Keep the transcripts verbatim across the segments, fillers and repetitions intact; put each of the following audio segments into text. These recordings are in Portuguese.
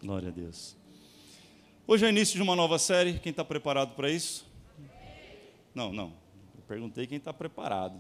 Glória a Deus. Hoje é o início de uma nova série. Quem está preparado para isso? Não, não. Eu perguntei quem está preparado.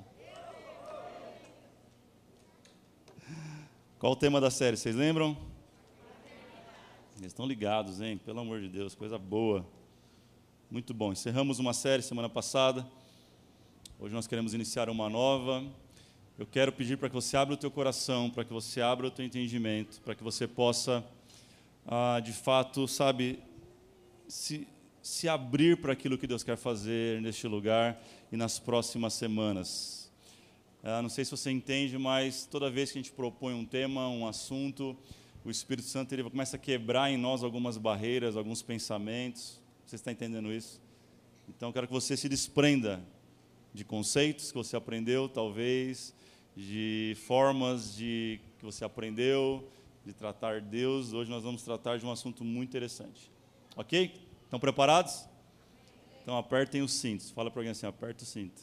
Qual o tema da série? Vocês lembram? Eles estão ligados, hein? Pelo amor de Deus, coisa boa. Muito bom. Encerramos uma série semana passada. Hoje nós queremos iniciar uma nova. Eu quero pedir para que você abra o teu coração, para que você abra o teu entendimento, para que você possa, ah, de fato, sabe, se, se abrir para aquilo que Deus quer fazer neste lugar e nas próximas semanas. Ah, não sei se você entende, mas toda vez que a gente propõe um tema, um assunto, o Espírito Santo ele começa a quebrar em nós algumas barreiras, alguns pensamentos. Você está entendendo isso? Então, eu quero que você se desprenda de conceitos que você aprendeu, talvez, de formas de, que você aprendeu, de tratar Deus. Hoje nós vamos tratar de um assunto muito interessante. Ok? Estão preparados? Então, apertem os cintos. Fala para alguém assim, aperta o cinto.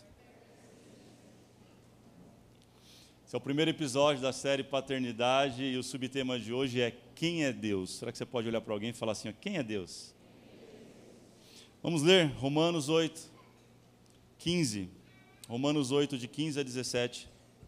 Esse é o primeiro episódio da série Paternidade e o subtema de hoje é Quem é Deus? Será que você pode olhar para alguém e falar assim, ó, quem é Deus? Vamos ler Romanos oito, quinze. Romanos oito, de quinze a dezessete.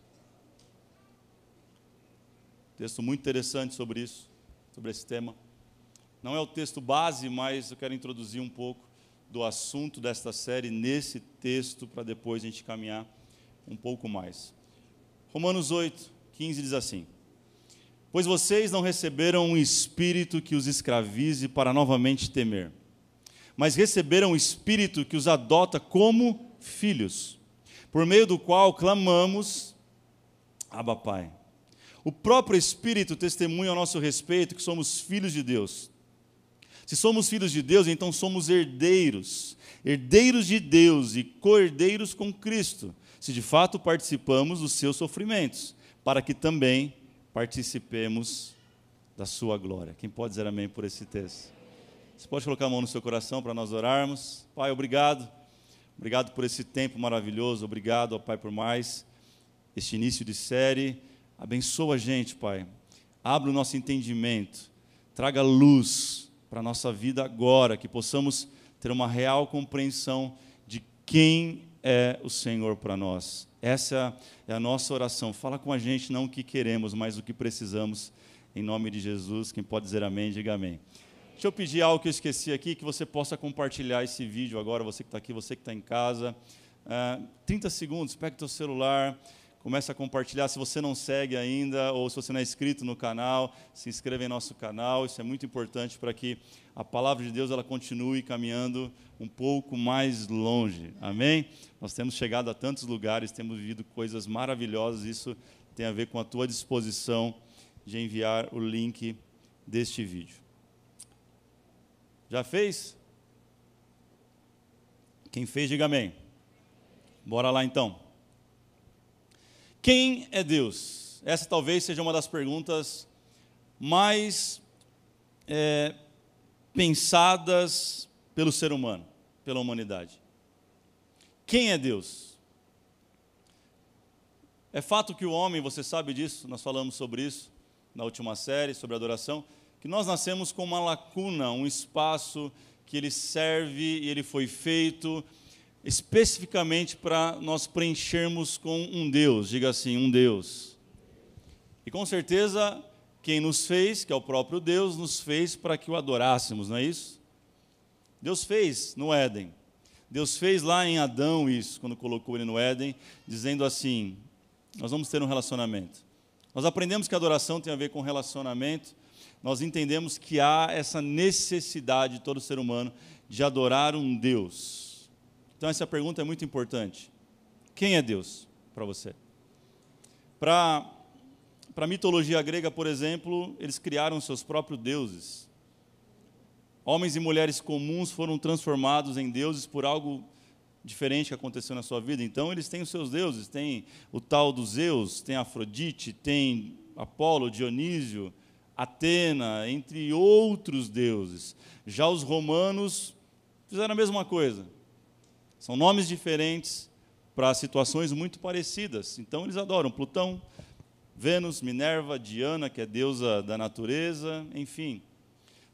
Texto muito interessante sobre isso, sobre esse tema. Não é o texto base, mas eu quero introduzir um pouco do assunto desta série nesse texto, para depois a gente caminhar um pouco mais. Romanos oito, quinze diz assim: Pois vocês não receberam um espírito que os escravize para novamente temer, mas receberam um espírito que os adota como filhos, por meio do qual clamamos, Abba, Pai. O próprio Espírito testemunha ao nosso respeito que somos filhos de Deus. Se somos filhos de Deus, então somos herdeiros, herdeiros de Deus e co-herdeiros com Cristo, se de fato participamos dos seus sofrimentos, para que também participemos da sua glória. Quem pode dizer amém por esse texto? Você pode colocar a mão no seu coração para nós orarmos. Pai, obrigado. Obrigado por esse tempo maravilhoso. Obrigado, ó Pai, por mais este início de série. Abençoa a gente, Pai. Abre o nosso entendimento. Traga luz para a nossa vida agora, que possamos ter uma real compreensão de quem é o Senhor para nós. Essa é a nossa oração. Fala com a gente, não o que queremos, mas o que precisamos. Em nome de Jesus, quem pode dizer amém, diga amém. Deixa eu pedir algo que eu esqueci aqui, que você possa compartilhar esse vídeo agora, você que está aqui, você que está em casa. Uh, trinta segundos, pega o teu celular, começa a compartilhar. Se você não segue ainda, ou se você não é inscrito no canal, se inscreva em nosso canal. Isso é muito importante para que a palavra de Deus ela continue caminhando um pouco mais longe. Amém? Nós temos chegado a tantos lugares, temos vivido coisas maravilhosas. Isso tem a ver com a tua disposição de enviar o link deste vídeo. Já fez? Quem fez, diga amém. Bora lá então. Quem é Deus? Essa talvez seja uma das perguntas mais é, pensadas pelo ser humano, pela humanidade. Quem é Deus? É fato que o homem, você sabe disso, nós falamos sobre isso na última série, sobre adoração, que nós nascemos com uma lacuna, um espaço que ele serve e ele foi feito especificamente para nós preenchermos com um Deus, diga assim, um Deus. E com certeza, quem nos fez, que é o próprio Deus, nos fez para que o adorássemos, não é isso? Deus fez no Éden. Deus fez lá em Adão isso, quando colocou ele no Éden, dizendo assim, nós vamos ter um relacionamento. Nós aprendemos que a adoração tem a ver com relacionamento. Nós entendemos que há essa necessidade de todo ser humano de adorar um Deus. Então, essa pergunta é muito importante. Quem é Deus para você? Para a mitologia grega, por exemplo, eles criaram seus próprios deuses. Homens e mulheres comuns foram transformados em deuses por algo diferente que aconteceu na sua vida. Então, eles têm os seus deuses. Tem o tal dos Zeus, tem Afrodite, tem Apolo, Dionísio, Atena, entre outros deuses. Já os romanos fizeram a mesma coisa. São nomes diferentes para situações muito parecidas. Então, eles adoram Plutão, Vênus, Minerva, Diana, que é deusa da natureza, enfim.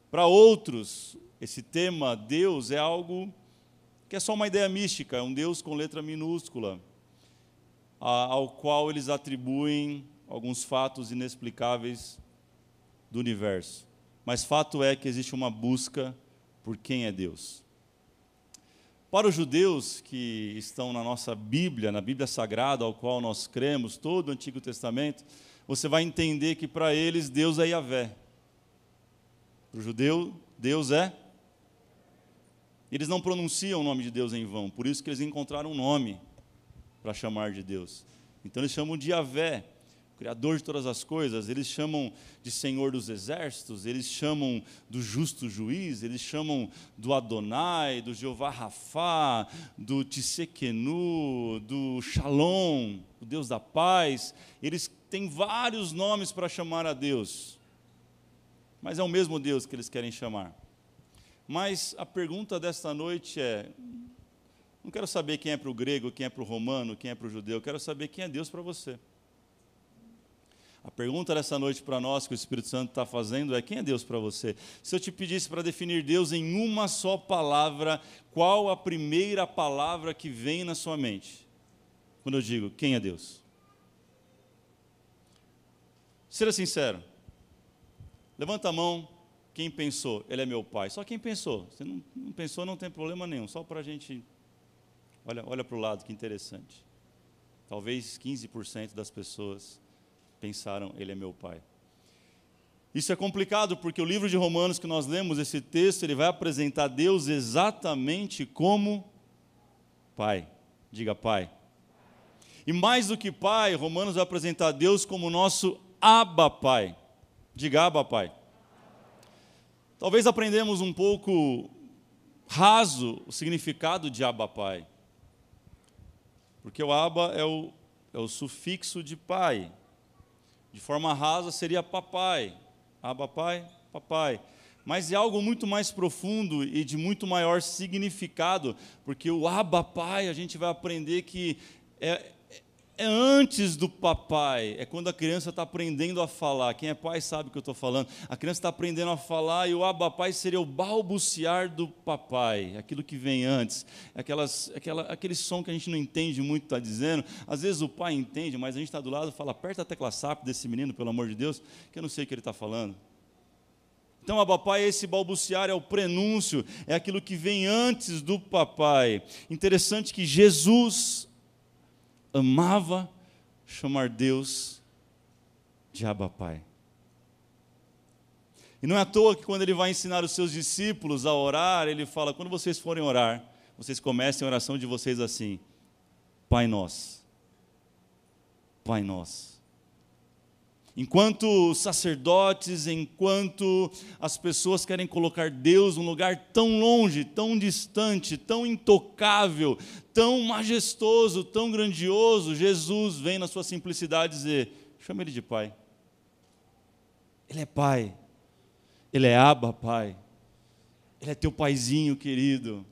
Para outros, esse tema Deus é algo que é só uma ideia mística, é um Deus com letra minúscula, ao qual eles atribuem alguns fatos inexplicáveis do universo. Mas fato é que existe uma busca por quem é Deus. Para os judeus que estão na nossa Bíblia, na Bíblia Sagrada, ao qual nós cremos, todo o Antigo Testamento, você vai entender que para eles Deus é Yahvé. Para o judeu, Deus é... Eles não pronunciam o nome de Deus em vão, por isso que eles encontraram um nome para chamar de Deus. Então eles chamam de Yahvé, Criador de todas as coisas, eles chamam de Senhor dos Exércitos, eles chamam do Justo Juiz, eles chamam do Adonai, do Jeová Rafá, do Tsequenu, do Shalom, o Deus da paz. Eles têm vários nomes para chamar a Deus, mas é o mesmo Deus que eles querem chamar. Mas a pergunta desta noite é, não quero saber quem é para o grego, quem é para o romano, quem é para o judeu, quero saber quem é Deus para você. A pergunta dessa noite para nós, que o Espírito Santo está fazendo, é: quem é Deus para você? Se eu te pedisse para definir Deus em uma só palavra, qual a primeira palavra que vem na sua mente? Quando eu digo, quem é Deus? Seja sincero. Levanta a mão, quem pensou? Ele é meu pai. Só quem pensou. Se não, não pensou, não tem problema nenhum. Só para a gente... Olha, olha para o lado, que interessante. Talvez quinze por cento das pessoas pensaram, ele é meu pai. Isso é complicado, porque o livro de Romanos que nós lemos, esse texto, ele vai apresentar Deus exatamente como pai. Diga pai. E mais do que pai, Romanos vai apresentar Deus como nosso Abba Pai. Diga Abba Pai. Talvez aprendemos um pouco raso o significado de Abba Pai. Porque o Abba é o, é o sufixo de pai. De forma rasa seria papai. Abba Pai, papai. Mas é algo muito mais profundo e de muito maior significado, porque o Abba Pai, a gente vai aprender que é, é antes do papai, é quando a criança está aprendendo a falar. Quem é pai sabe o que eu estou falando. A criança está aprendendo a falar e o Abba Pai seria o balbuciar do papai, aquilo que vem antes, aquelas, aquela, aquele som que a gente não entende muito, está dizendo. Às vezes o pai entende, mas a gente está do lado e fala, aperta a tecla S A P desse menino, pelo amor de Deus, que eu não sei o que ele está falando. Então, Abba Pai é esse balbuciar, é o prenúncio, é aquilo que vem antes do papai. Interessante que Jesus amava chamar Deus de Abba Pai. E não é à toa que quando ele vai ensinar os seus discípulos a orar, ele fala, quando vocês forem orar, vocês comecem a oração de vocês assim, Pai Nosso, Pai Nosso. Enquanto sacerdotes, enquanto as pessoas querem colocar Deus num lugar tão longe, tão distante, tão intocável, tão majestoso, tão grandioso, Jesus vem na sua simplicidade dizer, chama Ele de Pai. Ele é Pai. Ele é Abba Pai. Ele é teu paizinho querido.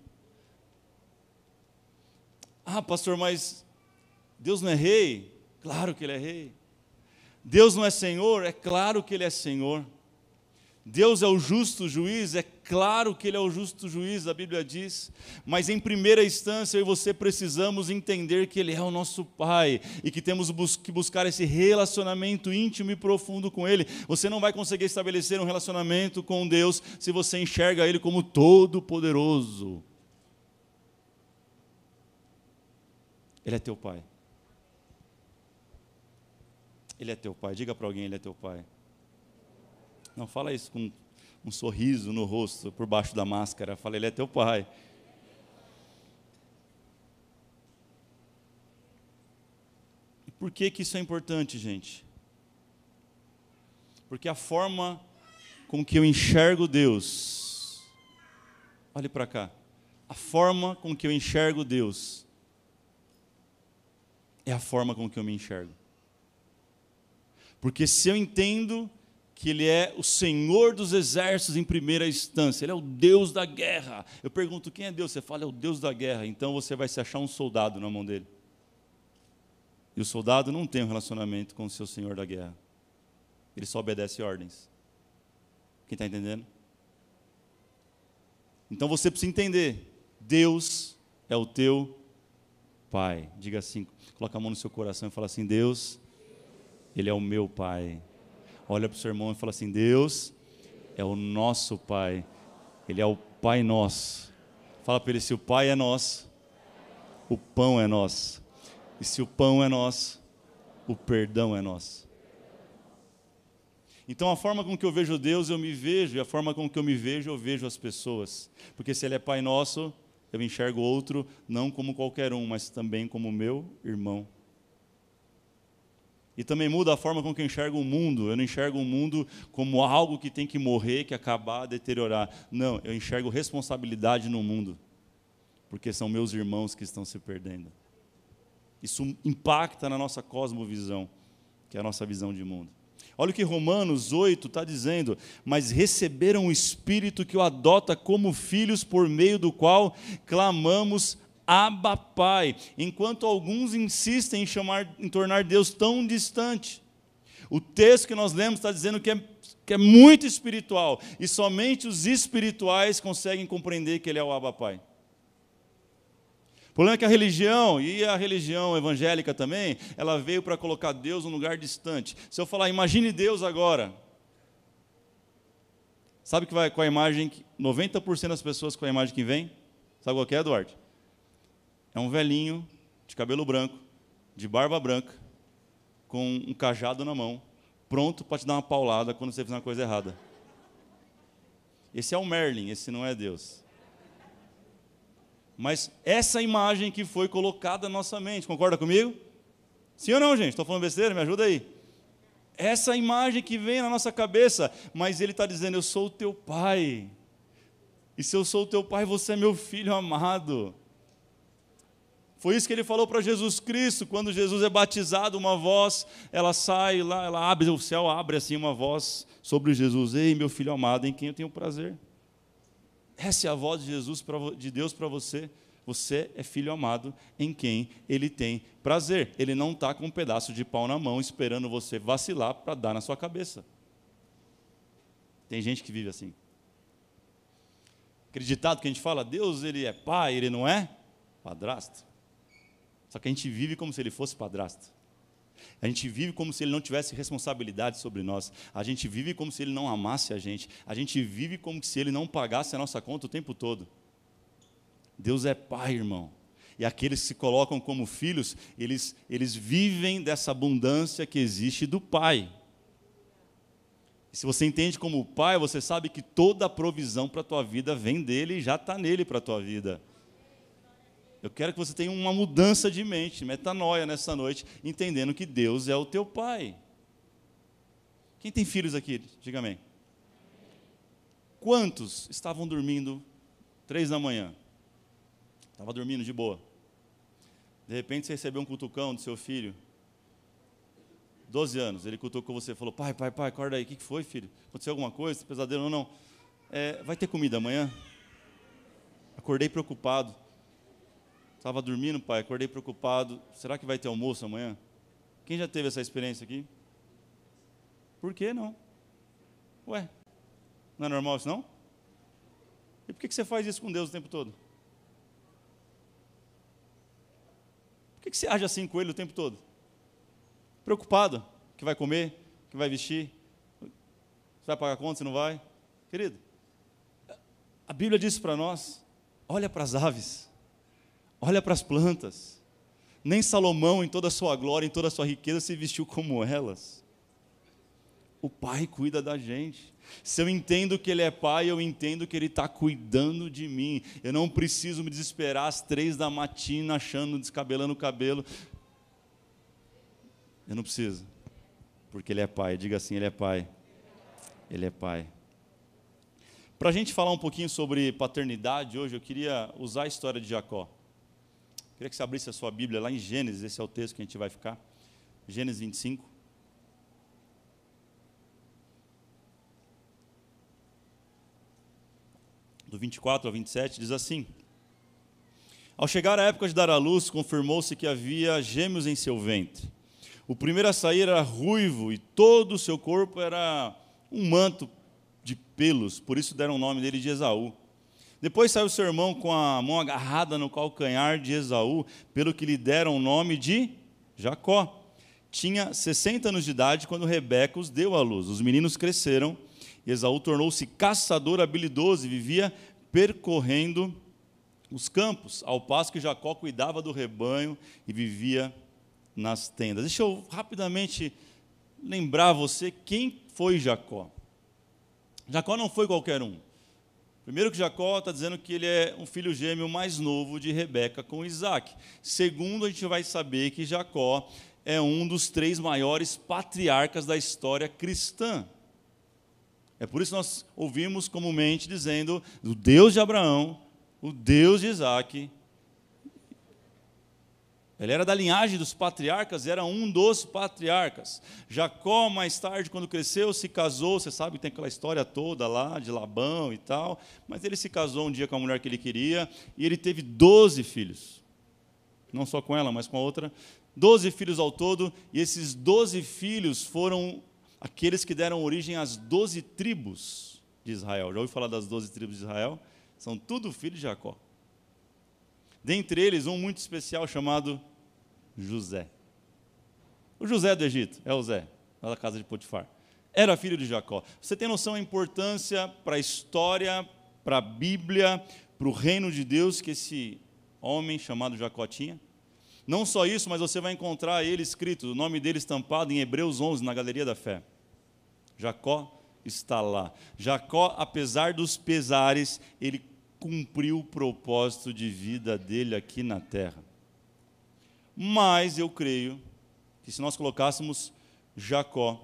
Ah, pastor, mas Deus não é rei? Claro que Ele é rei. Deus não é Senhor? É claro que Ele é Senhor. Deus é o justo juiz? É claro que Ele é o justo juiz, a Bíblia diz. Mas em primeira instância, eu e você precisamos entender que Ele é o nosso Pai e que temos que buscar esse relacionamento íntimo e profundo com Ele. Você não vai conseguir estabelecer um relacionamento com Deus se você enxerga Ele como todo-poderoso. Ele é teu Pai. Ele é teu pai. Diga para alguém, Ele é teu pai. Não, fala isso com um sorriso no rosto, por baixo da máscara. Fala, Ele é teu pai. E por que que isso é importante, gente? Porque a forma com que eu enxergo Deus, olhe para cá, a forma com que eu enxergo Deus é a forma com que eu me enxergo. Porque se eu entendo que Ele é o Senhor dos exércitos em primeira instância, Ele é o Deus da guerra. Eu pergunto, quem é Deus? Você fala, é o Deus da guerra. Então você vai se achar um soldado na mão dele. E o soldado não tem um relacionamento com o seu Senhor da guerra. Ele só obedece ordens. Quem está entendendo? Então você precisa entender, Deus é o teu Pai. Diga assim, coloca a mão no seu coração e fala assim, Deus, Ele é o meu Pai. Olha para o seu irmão e fala assim, Deus é o nosso Pai. Ele é o Pai nosso. Fala para ele, se o Pai é nosso, o pão é nosso. E se o pão é nosso, o perdão é nosso. Então a forma com que eu vejo Deus, eu me vejo, e a forma com que eu me vejo, eu vejo as pessoas. Porque se Ele é Pai nosso, eu enxergo outro, não como qualquer um, mas também como meu irmão. E também muda a forma com que eu enxergo o mundo. Eu não enxergo o mundo como algo que tem que morrer, que acabar, deteriorar. Não, eu enxergo responsabilidade no mundo. Porque são meus irmãos que estão se perdendo. Isso impacta na nossa cosmovisão, que é a nossa visão de mundo. Olha o que Romanos oito está dizendo. Mas receberam o Espírito que o adota como filhos, por meio do qual clamamos Abba, Pai. Enquanto alguns insistem em, chamar, em tornar Deus tão distante. O texto que nós lemos está dizendo que é, que é muito espiritual. E somente os espirituais conseguem compreender que Ele é o Abba, Pai. O problema é que a religião, e a religião evangélica também, ela veio para colocar Deus num lugar distante. Se eu falar, imagine Deus agora. Sabe que vai com a imagem, noventa por cento das pessoas com a imagem que vem? Sabe qual que é, Eduardo? É um velhinho, de cabelo branco, de barba branca, com um cajado na mão, pronto para te dar uma paulada quando você fizer uma coisa errada. Esse é o Merlin, esse não é Deus. Mas essa imagem que foi colocada na nossa mente, concorda comigo? Sim ou não, gente? Estou falando besteira? Me ajuda aí. Essa imagem que vem na nossa cabeça, mas Ele está dizendo, eu sou o teu Pai. E se eu sou o teu Pai, você é meu filho amado. Foi isso que Ele falou para Jesus Cristo, quando Jesus é batizado, uma voz, ela sai lá, ela abre, o céu abre assim uma voz sobre Jesus, ei, meu filho amado, em quem eu tenho prazer. Essa é a voz de Jesus, de Deus para você. Você é filho amado em quem Ele tem prazer. Ele não está com um pedaço de pau na mão esperando você vacilar para dar na sua cabeça. Tem gente que vive assim. Acreditado que a gente fala, Deus Ele é pai, Ele não é padrasto. Só que a gente vive como se Ele fosse padrasto. A gente vive como se Ele não tivesse responsabilidade sobre nós. A gente vive como se Ele não amasse a gente. A gente vive como se Ele não pagasse a nossa conta o tempo todo. Deus é Pai, irmão. E aqueles que se colocam como filhos, eles, eles vivem dessa abundância que existe do Pai. E se você entende como Pai, você sabe que toda a provisão para a tua vida vem dEle e já está nele para a tua vida. Eu quero que você tenha uma mudança de mente, metanoia nessa noite, entendendo que Deus é o teu Pai. Quem tem filhos aqui? Diga amém. Quantos estavam dormindo três da manhã? Estava dormindo de boa. De repente você recebeu um cutucão do seu filho. doze anos, ele cutucou você e falou, pai, pai, pai, acorda aí. O que foi, filho? Aconteceu alguma coisa? Pesadelo? Não, não. É, vai ter comida amanhã? Acordei preocupado. Estava dormindo, pai, acordei preocupado. Será que vai ter almoço amanhã? Quem já teve essa experiência aqui? Por que não? Ué, não é normal isso não? E por que você faz isso com Deus o tempo todo? Por que você age assim com Ele o tempo todo? Preocupado, que vai comer, que vai vestir, você vai pagar conta, se não vai? Querido, a Bíblia diz para nós, olha para as aves, olha para as plantas. Nem Salomão, em toda a sua glória, em toda a sua riqueza, se vestiu como elas. O Pai cuida da gente. Se eu entendo que Ele é Pai, eu entendo que Ele está cuidando de mim. Eu não preciso me desesperar às três da matina, achando, descabelando o cabelo. Eu não preciso, porque Ele é Pai. Diga assim, Ele é Pai. Ele é Pai. Para a gente falar um pouquinho sobre paternidade hoje, eu queria usar a história de Jacó. Queria que você abrisse a sua Bíblia lá em Gênesis, esse é o texto que a gente vai ficar. Gênesis vinte e cinco. Do vinte e quatro ao vinte e sete, diz assim: Ao chegar a época de dar à luz, confirmou-se que havia gêmeos em seu ventre. O primeiro a sair era ruivo e todo o seu corpo era um manto de pelos, por isso deram o nome dele de Esaú. Depois saiu seu irmão com a mão agarrada no calcanhar de Esaú, pelo que lhe deram o nome de Jacó. Tinha sessenta anos de idade quando Rebeca os deu à luz. Os meninos cresceram e Esaú tornou-se caçador habilidoso e vivia percorrendo os campos, ao passo que Jacó cuidava do rebanho e vivia nas tendas. Deixa eu rapidamente lembrar você quem foi Jacó. Jacó não foi qualquer um. Primeiro que Jacó está dizendo que ele é um filho gêmeo mais novo de Rebeca com Isaac. Segundo, a gente vai saber que Jacó é um dos três maiores patriarcas da história cristã. É por isso que nós ouvimos comumente dizendo o Deus de Abraão, o Deus de Isaac. Ele era da linhagem dos patriarcas, era um dos patriarcas. Jacó, mais tarde, quando cresceu, se casou. Você sabe que tem aquela história toda lá, de Labão e tal. Mas ele se casou um dia com a mulher que ele queria, e ele teve doze filhos. Não só com ela, mas com a outra. Doze filhos ao todo, e esses doze filhos foram aqueles que deram origem às doze tribos de Israel. Já ouviu falar das doze tribos de Israel? São tudo filhos de Jacó. Dentre eles, um muito especial chamado José. O José do Egito, é o Zé, lá da casa de Potifar. Era filho de Jacó. Você tem noção da importância para a história, para a Bíblia, para o reino de Deus que esse homem chamado Jacó tinha? Não só isso, mas você vai encontrar ele escrito, o nome dele estampado em Hebreus onze, na Galeria da Fé. Jacó está lá. Jacó, apesar dos pesares, ele cumpriu o propósito de vida dele aqui na terra. Mas eu creio que se nós colocássemos Jacó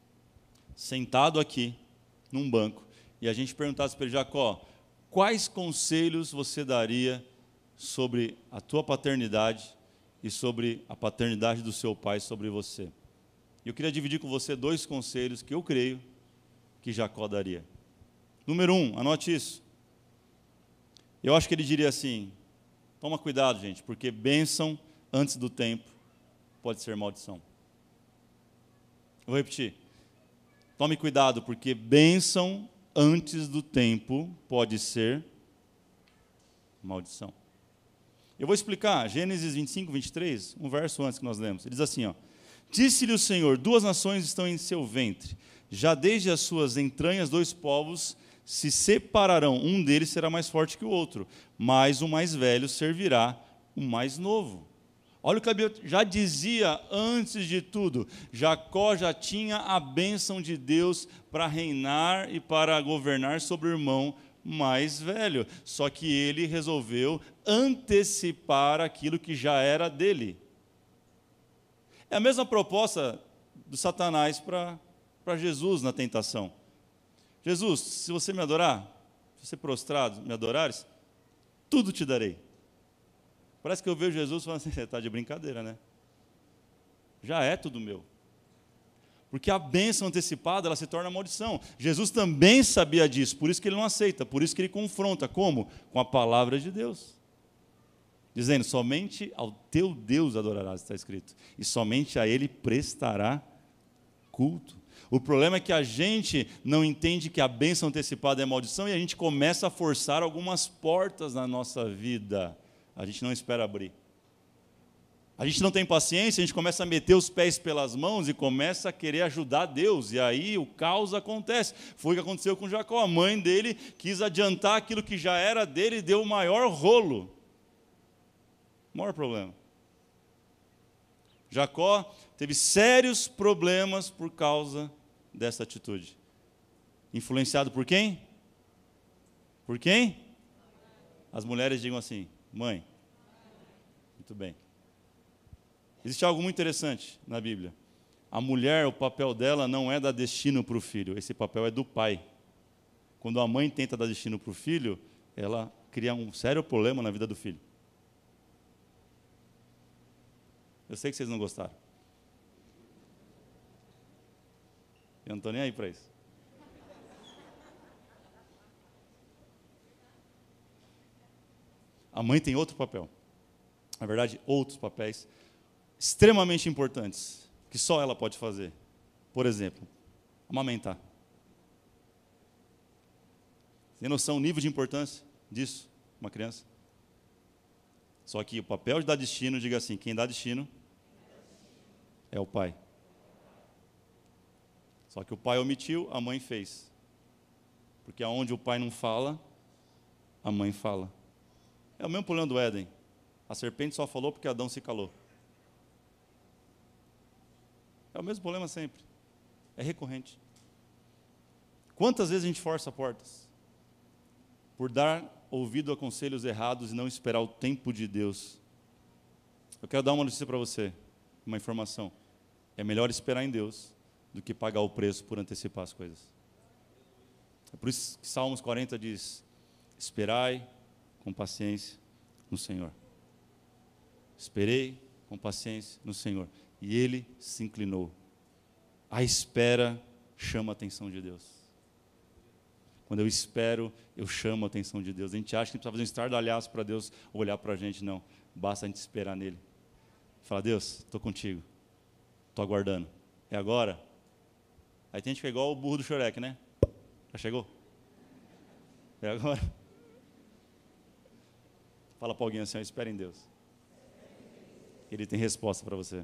sentado aqui, num banco, e a gente perguntasse para ele, Jacó, quais conselhos você daria sobre a tua paternidade e sobre a paternidade do seu pai sobre você? Eu queria dividir com você dois conselhos que eu creio que Jacó daria. Número um, anote isso. Eu acho que ele diria assim, toma cuidado, gente, porque bênção antes do tempo pode ser maldição. Eu vou repetir. Tome cuidado, porque bênção antes do tempo pode ser maldição. Eu vou explicar, Gênesis vinte e cinco, vinte e três, um verso antes que nós lemos. Ele diz assim, ó, disse-lhe o Senhor, duas nações estão em seu ventre, já desde as suas entranhas dois povos se separarão, um deles será mais forte que o outro, mas o mais velho servirá o mais novo. Olha o que a Bíblia já dizia antes de tudo, Jacó já tinha a bênção de Deus para reinar e para governar sobre o irmão mais velho, só que ele resolveu antecipar aquilo que já era dele. É a mesma proposta do Satanás para para Jesus na tentação. Jesus, se você me adorar, se você prostrado me adorares, tudo te darei. Parece que eu vejo Jesus falando assim, você está de brincadeira, né? Já é tudo meu. Porque a bênção antecipada, ela se torna maldição. Jesus também sabia disso, por isso que ele não aceita, por isso que ele confronta. Como? Com a palavra de Deus. Dizendo, somente ao teu Deus adorarás, está escrito. E somente a ele prestará culto. O problema é que a gente não entende que a bênção antecipada é maldição e a gente começa a forçar algumas portas na nossa vida. A gente não espera abrir. A gente não tem paciência, a gente começa a meter os pés pelas mãos e começa a querer ajudar Deus. E aí o caos acontece. Foi o que aconteceu com Jacó. A mãe dele quis adiantar aquilo que já era dele e deu o maior rolo. O maior problema. Jacó teve sérios problemas por causa dessa atitude. Influenciado por quem? Por quem? As mulheres digam assim, mãe. Muito bem. Existe algo muito interessante na Bíblia. A mulher, o papel dela não é dar destino para o filho, esse papel é do pai. Quando a mãe tenta dar destino para o filho, ela cria um sério problema na vida do filho. Eu sei que vocês não gostaram. Eu não estou nem aí para isso. A mãe tem outro papel. Na verdade, outros papéis extremamente importantes, que só ela pode fazer. Por exemplo, amamentar. Tem noção do nível de importância? disso, uma criança? Só que o papel de dar destino, diga assim, quem dá destino é o pai. Só que o pai omitiu, a mãe fez. Porque aonde o pai não fala, a mãe fala. É o mesmo problema do Éden. A serpente só falou porque Adão se calou. É o mesmo problema sempre. É recorrente. Quantas vezes a gente força portas? Por dar ouvido a conselhos errados e não esperar o tempo de Deus. Eu quero dar uma notícia para você, uma informação. É melhor esperar em Deus do que pagar o preço por antecipar as coisas. É por isso que Salmos quarenta diz, esperai com paciência no Senhor. Esperei com paciência no Senhor. E Ele se inclinou. A espera chama a atenção de Deus. Quando eu espero, eu chamo a atenção de Deus. A gente acha que precisa fazer um estardalhaço para Deus olhar para a gente. Não, basta a gente esperar nele. Fala, Deus, estou contigo. Estou aguardando. É agora? Aí tem gente que é igual o burro do Shrek, né? Já chegou? É agora? Fala para alguém assim, espera em Deus. Ele tem resposta para você.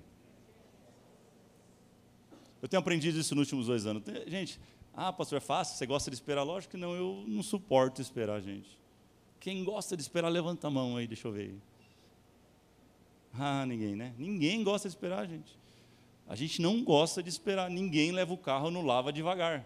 Eu tenho aprendido isso nos últimos dois anos. Gente, ah, pastor, é fácil? Você gosta de esperar? Lógico que não, eu não suporto esperar, gente. Quem gosta de esperar, levanta a mão aí, deixa eu ver. Ah, ninguém, né? Ninguém gosta de esperar, gente. A gente não gosta de esperar. Ninguém leva o carro no lava devagar.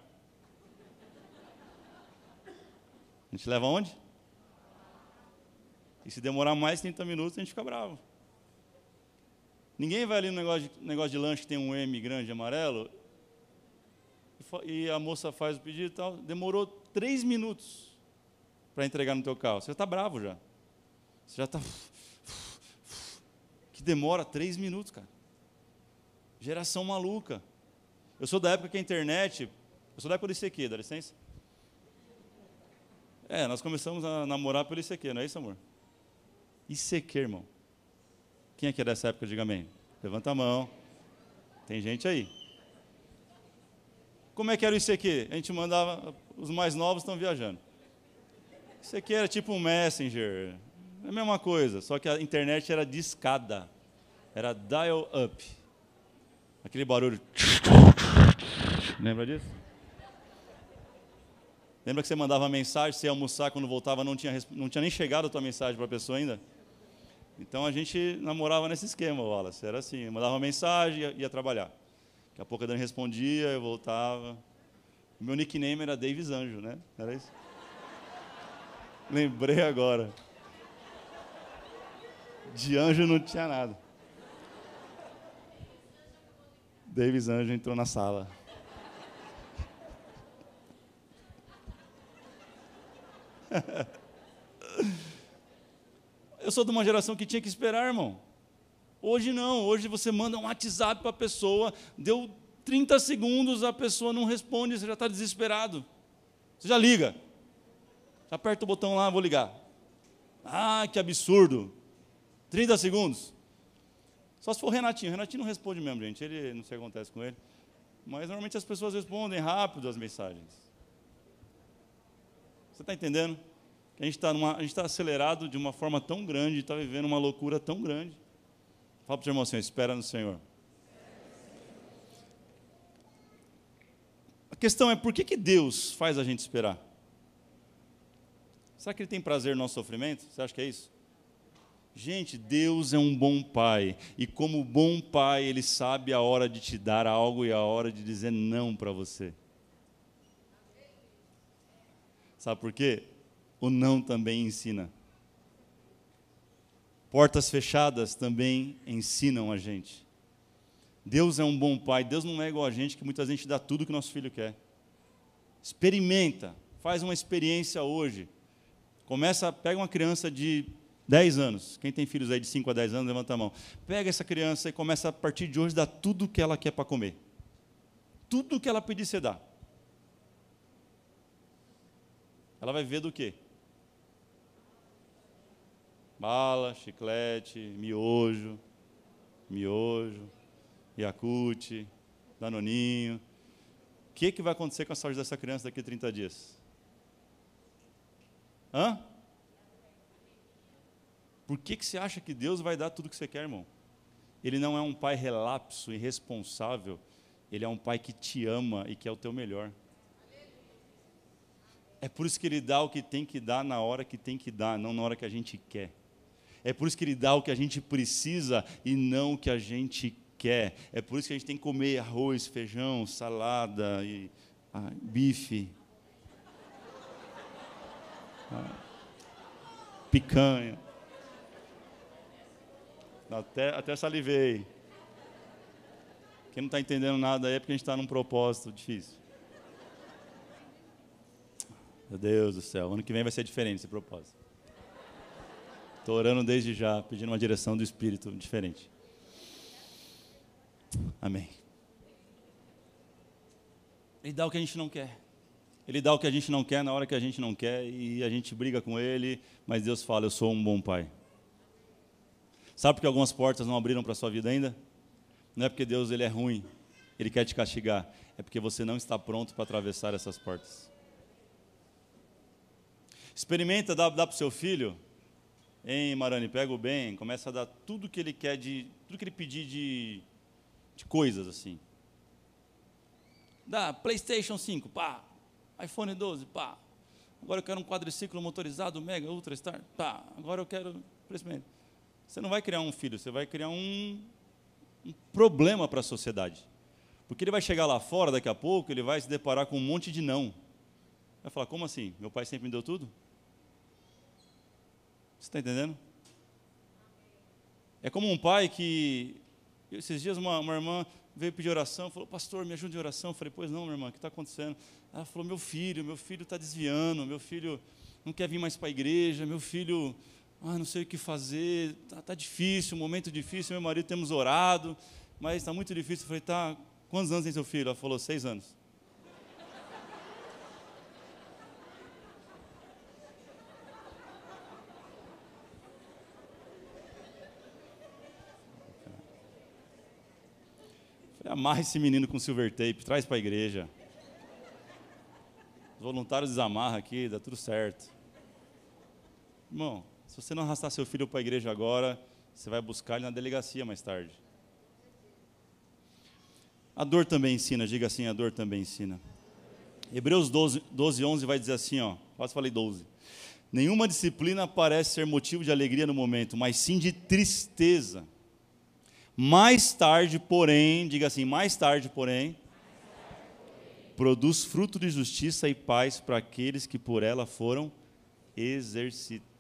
A gente leva onde? E se demorar mais de trinta minutos, a gente fica bravo. Ninguém vai ali no negócio de, negócio de lanche que tem um M grande amarelo e, e a moça faz o pedido e tal. Demorou três minutos para entregar no teu carro. Você está bravo já. Você já está... Que demora três minutos, cara. Geração maluca. Eu sou da época que a internet... Eu sou da época do I C Q, dá licença? É, nós começamos a namorar pelo I C Q, não é isso, amor? I C Q, irmão. Quem é que é dessa época? Diga amém. Levanta a mão. Tem gente aí. Como é que era o I C Q? A gente mandava... Os mais novos estão viajando. I C Q era tipo um Messenger. É a mesma coisa, só que a internet era discada. Era dial-up. Aquele barulho. Lembra disso? Lembra que você mandava mensagem, você ia almoçar, quando voltava não tinha, não tinha nem chegado a tua mensagem para a pessoa ainda? Então a gente namorava nesse esquema, Wallace. Era assim, eu mandava uma mensagem e ia, ia trabalhar. Daqui a pouco a Dani respondia, eu voltava. O meu nickname era Davis Anjo, né? Era isso? Lembrei agora. De anjo não tinha nada. Davis Anjo entrou na sala. Eu sou de uma geração que tinha que esperar, irmão. Hoje não, hoje você manda um WhatsApp para a pessoa, deu trinta segundos, a pessoa não responde, você já está desesperado. Você já liga. Já aperta o botão lá, vou ligar. Ah, que absurdo. trinta segundos. Só se for o Renatinho. O Renatinho não responde mesmo, gente. Ele, não sei o que acontece com ele. Mas normalmente as pessoas respondem rápido as mensagens. Você está entendendo? Que a gente está numa, a gente está acelerado de uma forma tão grande, está vivendo uma loucura tão grande. Fala para o seu irmão assim, espera no Senhor. A questão é, por que, que Deus faz a gente esperar? Será que Ele tem prazer no nosso sofrimento? Você acha que é isso? Gente, Deus é um bom pai. E como bom pai, Ele sabe a hora de te dar algo e a hora de dizer não para você. Sabe por quê? O não também ensina. Portas fechadas também ensinam a gente. Deus é um bom pai. Deus não é igual a gente, que muitas vezes a gente dá tudo que nosso filho quer. Experimenta. Faz uma experiência hoje. Começa, pega uma criança de dez anos. Quem tem filhos aí de cinco a dez anos, levanta a mão. Pega essa criança e começa a partir de hoje a dar tudo o que ela quer para comer. Tudo o que ela pedir, você dá. Ela vai ver do quê? Bala, chiclete, miojo, miojo, Yakult, Danoninho. O que, que vai acontecer com a saúde dessa criança daqui a trinta dias? Hã? Por que, que você acha que Deus vai dar tudo o que você quer, irmão? Ele não é um pai relapso, irresponsável. Ele é um pai que te ama e quer o teu melhor. É por isso que Ele dá o que tem que dar na hora que tem que dar, não na hora que a gente quer. É por isso que Ele dá o que a gente precisa e não o que a gente quer. É por isso que a gente tem que comer arroz, feijão, salada, e, ah, bife, ah, picanha. Até, até salivei. Quem não está entendendo nada aí é porque a gente está num propósito difícil. Meu Deus do céu, ano que vem vai ser diferente esse propósito. Estou orando desde já, pedindo uma direção do Espírito diferente. Amém. Ele dá o que a gente não quer. Ele dá o que a gente não quer na hora que a gente não quer e a gente briga com Ele, mas Deus fala, eu sou um bom pai. Sabe por que algumas portas não abriram para a sua vida ainda? Não é porque Deus ele é ruim, Ele quer te castigar. É porque você não está pronto para atravessar essas portas. Experimenta dar, dar para o seu filho, hein, Marani, pega o bem, começa a dar tudo que ele quer, de, tudo que ele pedir de, de coisas assim. Dá PlayStation cinco, pá, iPhone doze, pá. Agora eu quero um quadriciclo motorizado, Mega, Ultra Star, pá. Agora eu quero... Você não vai criar um filho, você vai criar um, um problema para a sociedade. Porque ele vai chegar lá fora, daqui a pouco, ele vai se deparar com um monte de não. Vai falar, como assim? Meu pai sempre me deu tudo? Você está entendendo? É como um pai que... Esses dias uma, uma irmã veio pedir oração, falou, pastor, me ajude em oração. Eu falei, pois não, minha irmã, o que está acontecendo? Ela falou, meu filho, meu filho está desviando, meu filho não quer vir mais para a igreja, meu filho... Ah, não sei o que fazer, está tá difícil, um momento difícil, meu marido temos orado, mas está muito difícil. Eu falei, tá, quantos anos tem seu filho? Ela falou, seis anos. Eu falei, amarra esse menino com silver tape, traz para a igreja. Os voluntários desamarram aqui, dá tudo certo. Irmão, se você não arrastar seu filho para a igreja agora, você vai buscar ele na delegacia mais tarde. A dor também ensina, diga assim, a dor também ensina. Hebreus doze, doze, onze vai dizer assim, ó, quase falei doze. Nenhuma disciplina parece ser motivo de alegria no momento, mas sim de tristeza. Mais tarde, porém, diga assim, mais tarde, porém, produz fruto de justiça e paz para aqueles que por ela foram exercitados.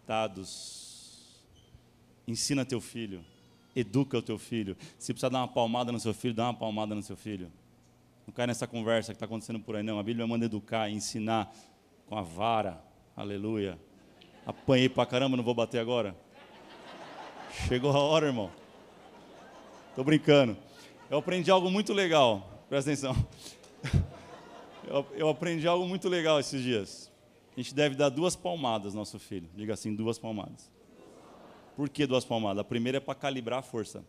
Ensina teu filho, educa o teu filho. Se precisar dar uma palmada no seu filho, dá uma palmada no seu filho. Não cai nessa conversa que está acontecendo por aí, não. A Bíblia manda educar, ensinar com a vara. Aleluia. Apanhei pra caramba, não vou bater agora. Chegou a hora, irmão. Estou brincando. Eu aprendi algo muito legal. Presta atenção. Eu, eu aprendi algo muito legal esses dias. A gente deve dar duas palmadas ao nosso filho. Diga assim, duas palmadas. Por que duas palmadas? A primeira é para calibrar a força.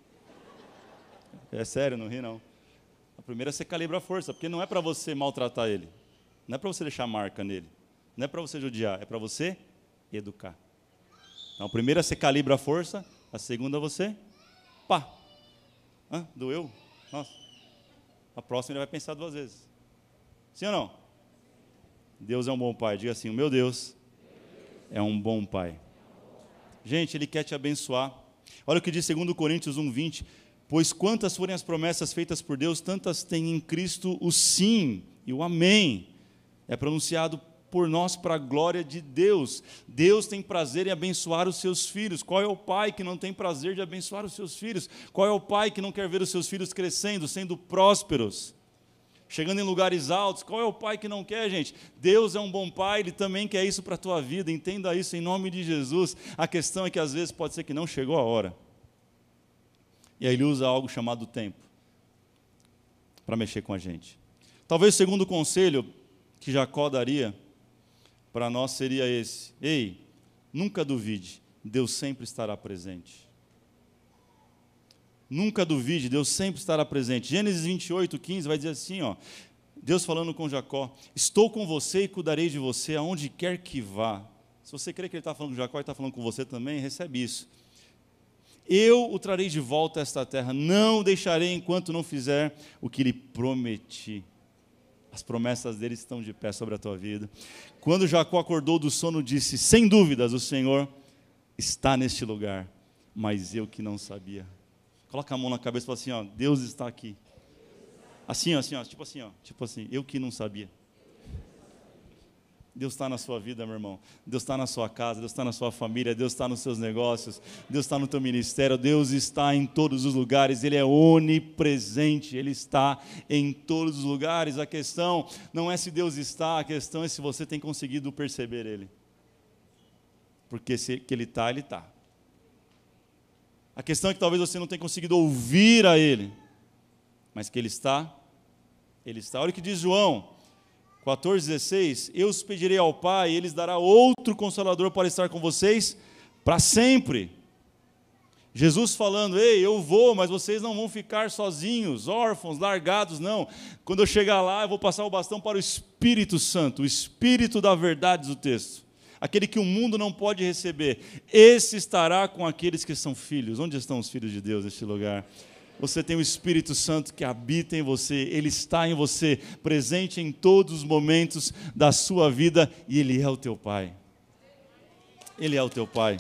É sério, não ri não. A primeira é você calibrar a força, porque não é para você maltratar ele. Não é para você deixar marca nele. Não é para você judiar, é para você educar. Então, a primeira você calibra a força, a segunda você, pá. Hã? Doeu? Nossa. A próxima ele vai pensar duas vezes. Sim ou não? Deus é um bom pai. Diga assim, o meu Deus é um bom pai. Gente, Ele quer te abençoar. Olha o que diz segundo Coríntios um, vinte. Pois quantas forem as promessas feitas por Deus, tantas tem em Cristo o sim e o amém. É pronunciado por nós para a glória de Deus. Deus tem prazer em abençoar os seus filhos. Qual é o pai que não tem prazer de abençoar os seus filhos? Qual é o pai que não quer ver os seus filhos crescendo, sendo prósperos? Chegando em lugares altos, qual é o pai que não quer, gente? Deus é um bom pai, Ele também quer isso para a tua vida, entenda isso em nome de Jesus. A questão é que às vezes pode ser que não chegou a hora. E aí Ele usa algo chamado tempo para mexer com a gente. Talvez o segundo conselho que Jacó daria para nós seria esse. Ei, nunca duvide, Deus sempre estará presente. Nunca duvide, Deus sempre estará presente. Gênesis vinte e oito, quinze vai dizer assim, ó, Deus falando com Jacó, estou com você e cuidarei de você aonde quer que vá. Se você crê que ele está falando com Jacó e está falando com você também, recebe isso. Eu o trarei de volta a esta terra, não o deixarei enquanto não fizer o que lhe prometi. As promessas dele estão de pé sobre a tua vida. Quando Jacó acordou do sono, disse, sem dúvidas o Senhor está neste lugar, mas eu que não sabia. Coloca a mão na cabeça e fala assim, ó, Deus está aqui. Assim, ó, assim, ó, tipo assim, ó, tipo assim, eu que não sabia. Deus está na sua vida, meu irmão. Deus está na sua casa, Deus está na sua família, Deus está nos seus negócios, Deus está no teu ministério, Deus está em todos os lugares, Ele é onipresente, Ele está em todos os lugares. A questão não é se Deus está, a questão é se você tem conseguido perceber Ele. Porque se que Ele está, Ele está. A questão é que talvez você não tenha conseguido ouvir a Ele, mas que Ele está, Ele está. Olha o que diz João quatorze, dezesseis, eu os pedirei ao Pai, e Ele lhes dará outro Consolador para estar com vocês para sempre. Jesus falando, ei, eu vou, mas vocês não vão ficar sozinhos, órfãos, largados, não. Quando eu chegar lá, eu vou passar o bastão para o Espírito Santo, o Espírito da verdade do texto, aquele que o mundo não pode receber. Esse estará com aqueles que são filhos. Onde estão os filhos de Deus neste lugar? Você tem o Espírito Santo que habita em você, Ele está em você, presente em todos os momentos da sua vida, e Ele é o teu Pai. Ele é o teu Pai.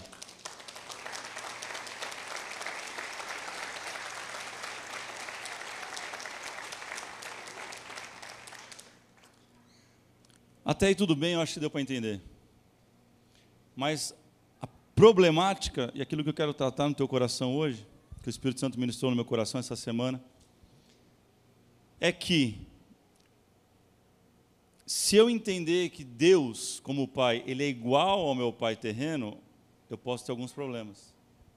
Até aí tudo bem, eu acho que deu para entender. Mas a problemática, e aquilo que eu quero tratar no teu coração hoje, que o Espírito Santo ministrou no meu coração essa semana, é que, se eu entender que Deus, como Pai, Ele é igual ao meu Pai terreno, eu posso ter alguns problemas.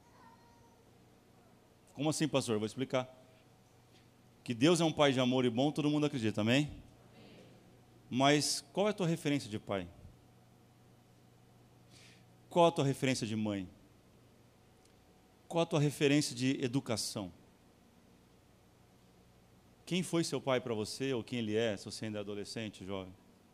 Como assim, pastor? Eu vou explicar. Que Deus é um Pai de amor e bom, todo mundo acredita, amém? Mas qual é a tua referência de pai? Qual a tua referência de mãe? Qual a tua referência de educação? Quem foi seu pai para você, ou quem ele é, se você ainda é adolescente, jovem?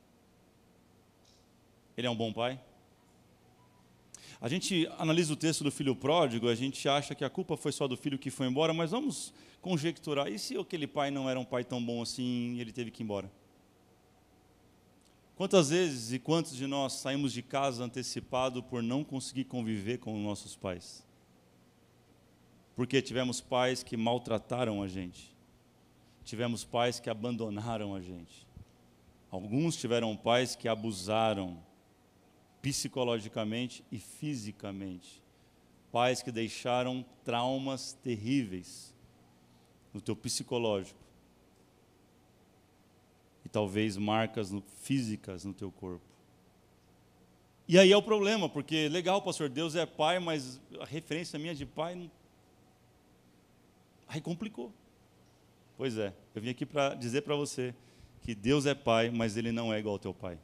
Ele é um bom pai? A gente analisa o texto do filho pródigo, a gente acha que a culpa foi só do filho que foi embora, mas vamos conjecturar, e se aquele pai não era um pai tão bom assim, e ele teve que ir embora? Quantas vezes e quantos de nós saímos de casa antecipado por não conseguir conviver com os nossos pais? Porque tivemos pais que maltrataram a gente. Tivemos pais que abandonaram a gente. Alguns tiveram pais que abusaram psicologicamente e fisicamente. Pais que deixaram traumas terríveis no teu psicológico. E talvez marcas no, físicas no teu corpo. E aí é o problema, porque legal, pastor, Deus é pai, mas a referência minha de pai não... Aí complicou. Pois é, eu vim aqui para dizer para você que Deus é pai, mas Ele não é igual ao teu pai.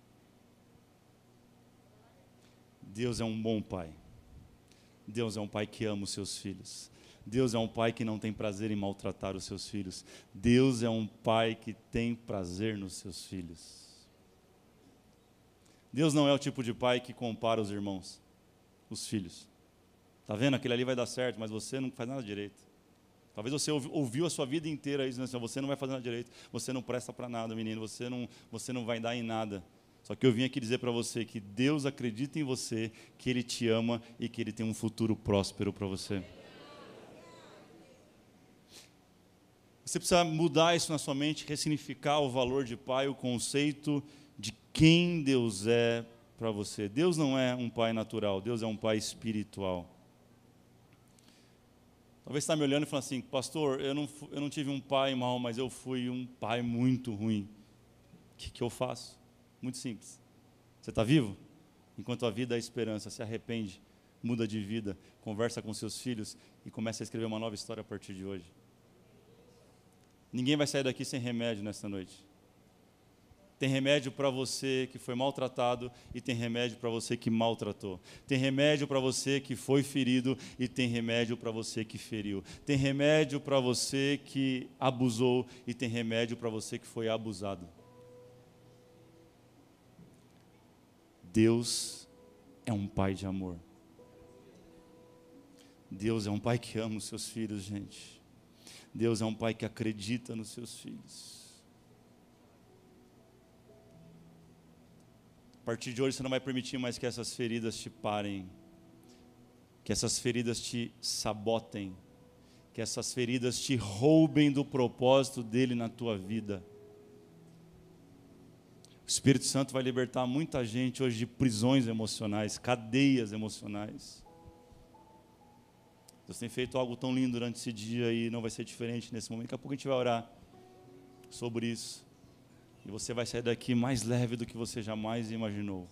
Deus é um bom pai. Deus é um pai que ama os seus filhos. Deus é um pai que não tem prazer em maltratar os seus filhos. Deus é um pai que tem prazer nos seus filhos. Deus não é o tipo de pai que compara os irmãos, os filhos. Está vendo? Aquele ali vai dar certo, mas você não faz nada direito. Talvez você ouviu a sua vida inteira isso, né? Você não vai fazer nada direito, você não presta para nada, menino, você não, você não vai dar em nada. Só que eu vim aqui dizer para você que Deus acredita em você, que Ele te ama e que Ele tem um futuro próspero para você. Você precisa mudar isso na sua mente, ressignificar o valor de pai, o conceito de quem Deus é para você. Deus não é um pai natural, Deus é um pai espiritual. Talvez você está me olhando e falando assim, pastor, eu não, eu não tive um pai mau, mas eu fui um pai muito ruim. O que, que eu faço? Muito simples. Você está vivo? Enquanto a vida é esperança, se arrepende, muda de vida, conversa com seus filhos e começa a escrever uma nova história a partir de hoje. Ninguém vai sair daqui sem remédio nesta noite. Tem remédio para você que foi maltratado e tem remédio para você que maltratou. Tem remédio para você que foi ferido e tem remédio para você que feriu. Tem remédio para você que abusou e tem remédio para você que foi abusado. Deus é um pai de amor. Deus é um pai que ama os seus filhos, gente. Deus é um pai que acredita nos seus filhos. A partir de hoje você não vai permitir mais que essas feridas te parem, que essas feridas te sabotem, que essas feridas te roubem do propósito dele na tua vida. O Espírito Santo vai libertar muita gente hoje de prisões emocionais, cadeias emocionais. Deus tem feito algo tão lindo durante esse dia e não vai ser diferente nesse momento. Daqui a pouco a gente vai orar sobre isso. E você vai sair daqui mais leve do que você jamais imaginou.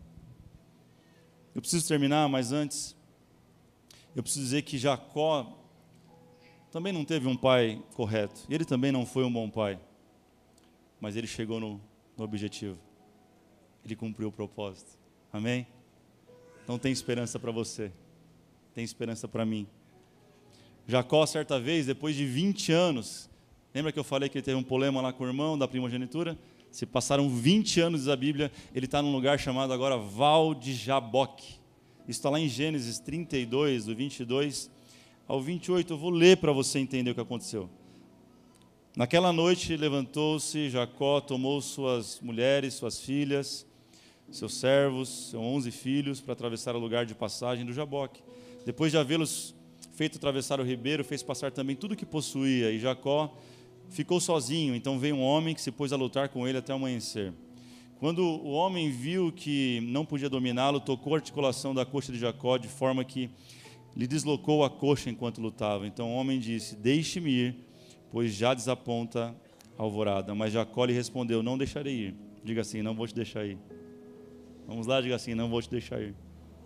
Eu preciso terminar, mas antes, eu preciso dizer que Jacó também não teve um pai correto. E ele também não foi um bom pai. Mas ele chegou no, no objetivo. Ele cumpriu o propósito. Amém? Então tem esperança para você. Tem esperança para mim. Jacó, certa vez, depois de vinte anos, lembra que eu falei que ele teve um problema lá com o irmão da primogenitura? Se passaram vinte anos da Bíblia, ele está num lugar chamado agora Val de Jaboque. Isso está lá em Gênesis trinta e dois, do vinte e dois ao vinte e oito. Eu vou ler para você entender o que aconteceu. Naquela noite levantou-se Jacó, tomou suas mulheres, suas filhas, seus servos, seus onze filhos, para atravessar o lugar de passagem do Jaboque. Depois de havê-los feito atravessar o ribeiro, fez passar também tudo que possuía, e Jacó ficou sozinho. Então veio um homem que se pôs a lutar com ele até o amanhecer. Quando o homem viu que não podia dominá-lo, tocou a articulação da coxa de Jacó, de forma que lhe deslocou a coxa enquanto lutava. Então o homem disse: deixe-me ir, pois já desaponta a alvorada. Mas Jacó lhe respondeu: não deixarei ir. Diga assim: não vou te deixar ir. Vamos lá, diga assim: não vou te deixar ir,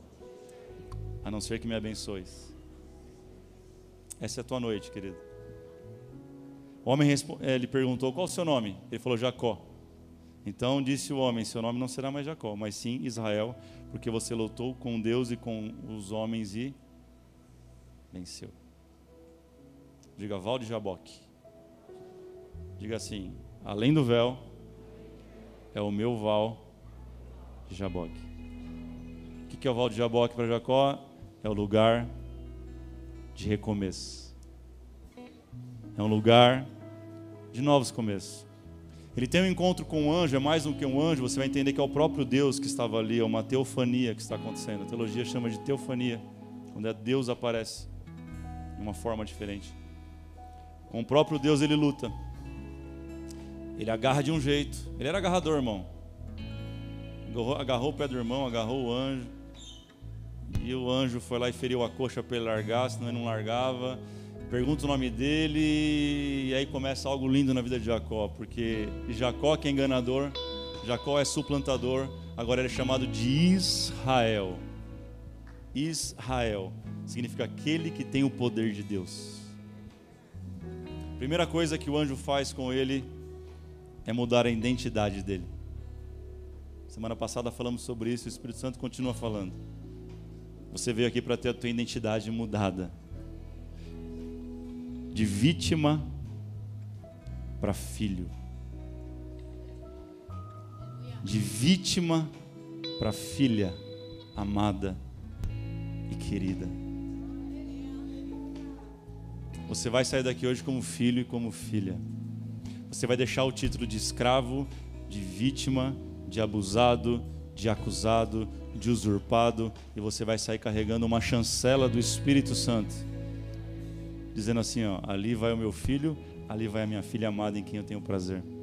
a não ser que me abençoes. Essa é a tua noite, querido. O homem lhe perguntou: qual o seu nome? Ele falou: Jacó. Então disse o homem: seu nome não será mais Jacó, mas sim Israel, porque você lutou com Deus e com os homens e venceu. Diga: Val de Jaboque. Diga assim: além do véu é o meu Val de Jaboque. O que é o Val de Jaboque para Jacó? É o lugar de recomeço. É um lugar de novos começos. Ele tem um encontro com um anjo, é mais do que um anjo, você vai entender que é o próprio Deus que estava ali, é uma teofania que está acontecendo. A teologia chama de teofania, quando é Deus aparece de uma forma diferente. Com o próprio Deus ele luta. Ele agarra de um jeito. Ele era agarrador, irmão. Agarrou, agarrou o pé do irmão, agarrou o anjo. E o anjo foi lá e feriu a coxa para ele largar, senão ele não largava. Pergunta o nome dele, e aí começa algo lindo na vida de Jacó, porque Jacó, que é enganador, Jacó é suplantador, agora ele é chamado de Israel. Israel significa aquele que tem o poder de Deus. Primeira coisa que o anjo faz com ele é mudar a identidade dele. Semana passada falamos sobre isso, o Espírito Santo continua falando. Você veio aqui para ter a tua identidade mudada. De vítima para filho. De vítima para filha amada e querida. Você vai sair daqui hoje como filho e como filha. Você vai deixar o título de escravo, de vítima, de abusado, de acusado, de usurpado, e você vai sair carregando uma chancela do Espírito Santo, dizendo assim, ó: ali vai o meu filho, ali vai a minha filha amada em quem eu tenho prazer.